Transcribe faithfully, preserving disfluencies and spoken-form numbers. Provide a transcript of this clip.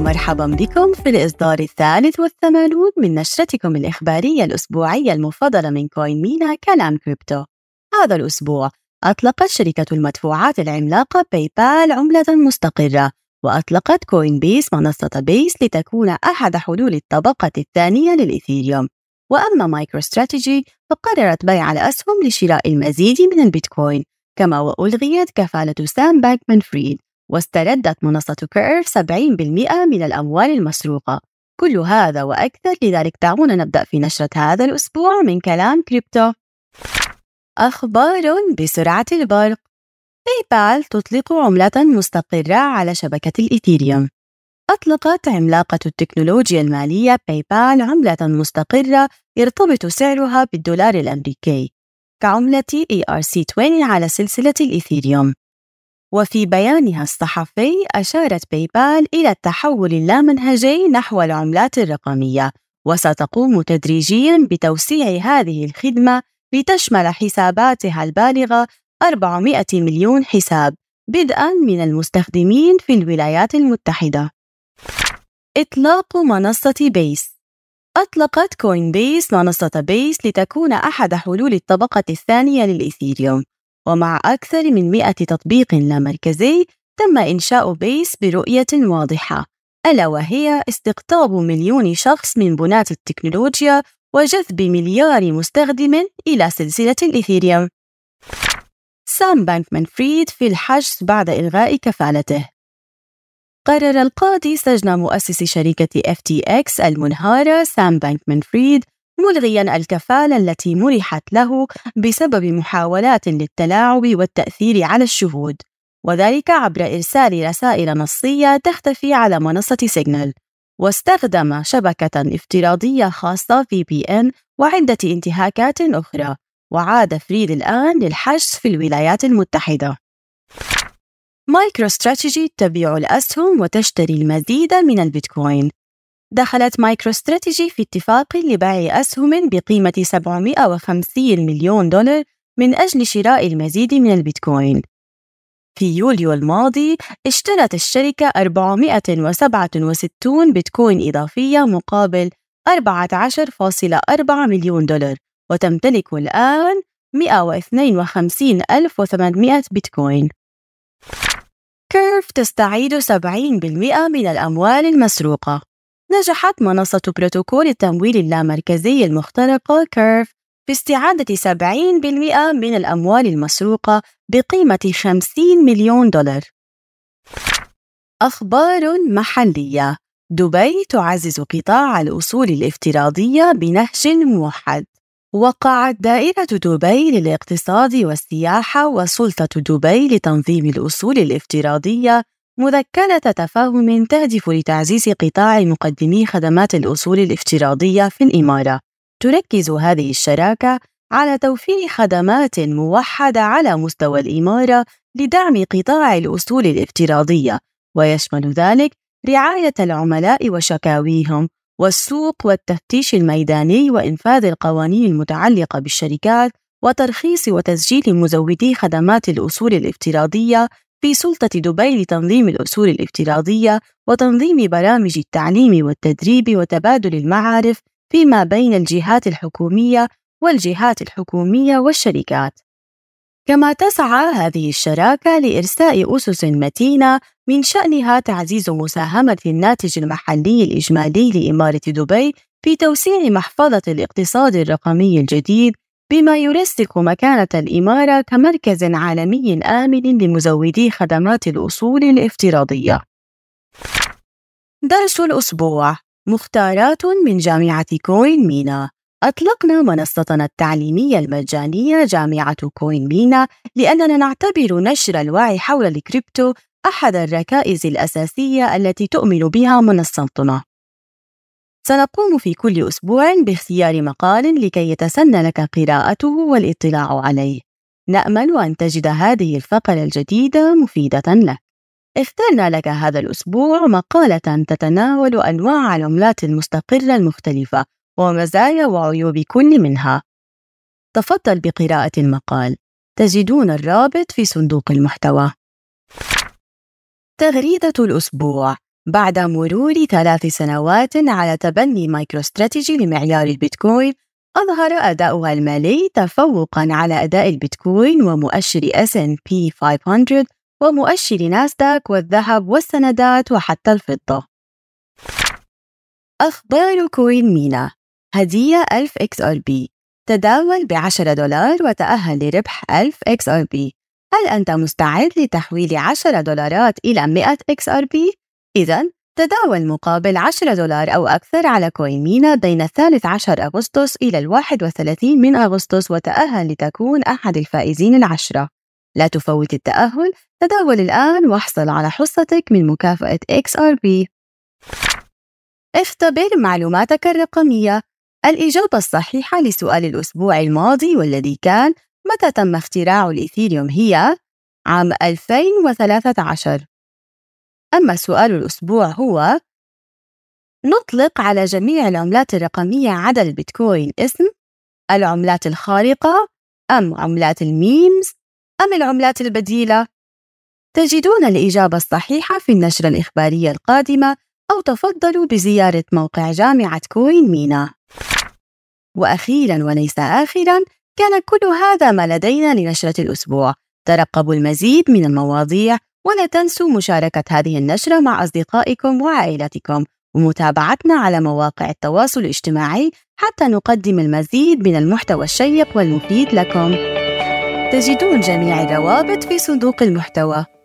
ومرحبا بكم في الإصدار الثالث والثمانون من نشرتكم الإخبارية الأسبوعية المفضلة من كوين مينا كلام كريبتو. هذا الأسبوع أطلقت شركة المدفوعات العملاقة باي بال عملة مستقرة، وأطلقت كوين بيس منصة بيس لتكون أحد حلول الطبقة الثانية للإثيريوم. وأما مايكرو استراتيجي فقررت بيع الأسهم لشراء المزيد من البيتكوين، كما وألغيت كفالة سام بانكمان فريد، واستردت منصة كيرف سبعين بالمئة من الأموال المسروقة. كل هذا وأكثر، لذلك دعونا نبدأ في نشرة هذا الأسبوع من كلام كريبتو. أخبار بسرعة البرق. باي بال تطلق عملة مستقرة على شبكة الإثيريوم. أطلقت عملاقة التكنولوجيا المالية باي بال عملة مستقرة يرتبط سعرها بالدولار الأمريكي كعملة إي آر سي عشرين على سلسلة الإثيريوم. وفي بيانها الصحفي أشارت باي بال إلى التحول اللامنهجي نحو العملات الرقمية، وستقوم تدريجياً بتوسيع هذه الخدمة لتشمل حساباتها البالغة أربعمائة مليون حساب بدءاً من المستخدمين في الولايات المتحدة. إطلاق منصة بيس. أطلقت كوين بيس منصة بيس لتكون أحد حلول الطبقة الثانية للإثيريوم، ومع أكثر من مئة تطبيق لامركزي تم إنشاء بيس برؤية واضحة، ألا وهي استقطاب مليون شخص من بناة التكنولوجيا وجذب مليار مستخدم إلى سلسلة الإثيريوم. سام بانكمان فريد في الحجز بعد إلغاء كفالته. قرر القاضي سجن مؤسس شركة إف تي إكس المنهارة سام بانكمان فريد، ملغياً الكفالة التي منحت له بسبب محاولات للتلاعب والتأثير على الشهود، وذلك عبر إرسال رسائل نصية تختفي على منصة سيجنال، واستخدم شبكة افتراضية خاصة في بي إن وعدة انتهاكات أخرى. وعاد فريد الآن للحجز في الولايات المتحدة. مايكرو استراتيجي تبيع الأسهم وتشتري المزيد من البيتكوين. دخلت مايكرو استراتيجي في اتفاق لبيع أسهم بقيمة سبعمائة وخمسين مليون دولار من أجل شراء المزيد من البيتكوين. في يوليو الماضي اشترت الشركة أربعمائة وسبعة وستين بيتكوين إضافية مقابل أربعة عشر فاصلة أربعة مليون دولار، وتمتلك الآن مئة واثنين وخمسين ألف وثمانمائة بيتكوين. كيرف تستعيد سبعين بالمئة من الأموال المسروقة. نجحت منصة بروتوكول التمويل اللامركزي المخترقة كيرف في استعادة سبعين بالمئة من الأموال المسروقة بقيمة خمسين مليون دولار. أخبار محلية. دبي تعزز قطاع الأصول الافتراضية بنهج موحد. وقعت دائرة دبي للاقتصاد والسياحة وسلطة دبي لتنظيم الأصول الافتراضية مذكرة تفاهم تهدف لتعزيز قطاع مقدمي خدمات الأصول الافتراضية في الإمارة. تركز هذه الشراكة على توفير خدمات موحدة على مستوى الإمارة لدعم قطاع الأصول الافتراضية، ويشمل ذلك رعاية العملاء وشكاويهم، والسوق والتفتيش الميداني، وإنفاذ القوانين المتعلقة بالشركات، وترخيص وتسجيل مزودي خدمات الأصول الافتراضية في سلطة دبي لتنظيم الأصول الافتراضية، وتنظيم برامج التعليم والتدريب وتبادل المعارف فيما بين الجهات الحكومية والجهات الحكومية والشركات. كما تسعى هذه الشراكة لإرساء أسس متينة من شأنها تعزيز مساهمة الناتج المحلي الإجمالي لإمارة دبي في توسيع محفظة الاقتصاد الرقمي الجديد، بما يرسخ مكانة الإمارة كمركز عالمي آمن لمزودي خدمات الأصول الافتراضية. درس الأسبوع. مختارات من جامعة كوين مينا. أطلقنا منصتنا التعليمية المجانية جامعة كوين مينا لأننا نعتبر نشر الوعي حول الكريبتو أحد الركائز الأساسية التي تؤمن بها منصتنا. سنقوم في كل أسبوع باختيار مقال لكي يتسنى لك قراءته والاطلاع عليه. نأمل أن تجد هذه الفقرة الجديدة مفيدة لك. اخترنا لك هذا الأسبوع مقالة تتناول أنواع العملات المستقرة المختلفة ومزايا وعيوب كل منها. تفضل بقراءة المقال، تجدون الرابط في صندوق المحتوى. تغريدة الأسبوع. بعد مرور ثلاث سنوات على تبني مايكرو استراتيجي لمعيار البيتكوين، أظهر أداؤها المالي تفوقاً على أداء البيتكوين ومؤشر إس أند بي خمسمئة ومؤشر ناسداك والذهب والسندات وحتى الفضة. أخبار كوين مينا: هدية ألف إكس آر بي، تداول بعشرة دولار وتأهل لربح ألف إكس آر بي. هل أنت مستعد لتحويل عشرة دولارات إلى مئة إكس آر بي؟ إذن تداول مقابل عشرة دولار أو أكثر على كوين مينا بين الثالث عشر أغسطس إلى الواحد والثلاثين من أغسطس وتأهل لتكون أحد الفائزين العشرة. لا تفوت التأهل، تداول الآن واحصل على حصتك من مكافأة إكس آر بي. اختبر معلوماتك الرقمية. الإجابة الصحيحة لسؤال الأسبوع الماضي والذي كان: متى تم اختراع الإيثيريوم؟ هي عام ألفين وثلاثة عشر. أما سؤال الأسبوع هو: نطلق على جميع العملات الرقمية عدا البيتكوين اسم العملات الخارقة أم عملات الميمز أم العملات البديلة؟ تجدون الإجابة الصحيحة في النشرة الإخبارية القادمة، أو تفضلوا بزيارة موقع جامعة كوين مينا. وأخيراً وليس آخراً، كان كل هذا ما لدينا لنشرة الأسبوع. ترقبوا المزيد من المواضيع، ولا تنسوا مشاركة هذه النشرة مع أصدقائكم وعائلتكم، ومتابعتنا على مواقع التواصل الاجتماعي حتى نقدم المزيد من المحتوى الشيق والمفيد لكم. تجدون جميع الروابط في صندوق المحتوى.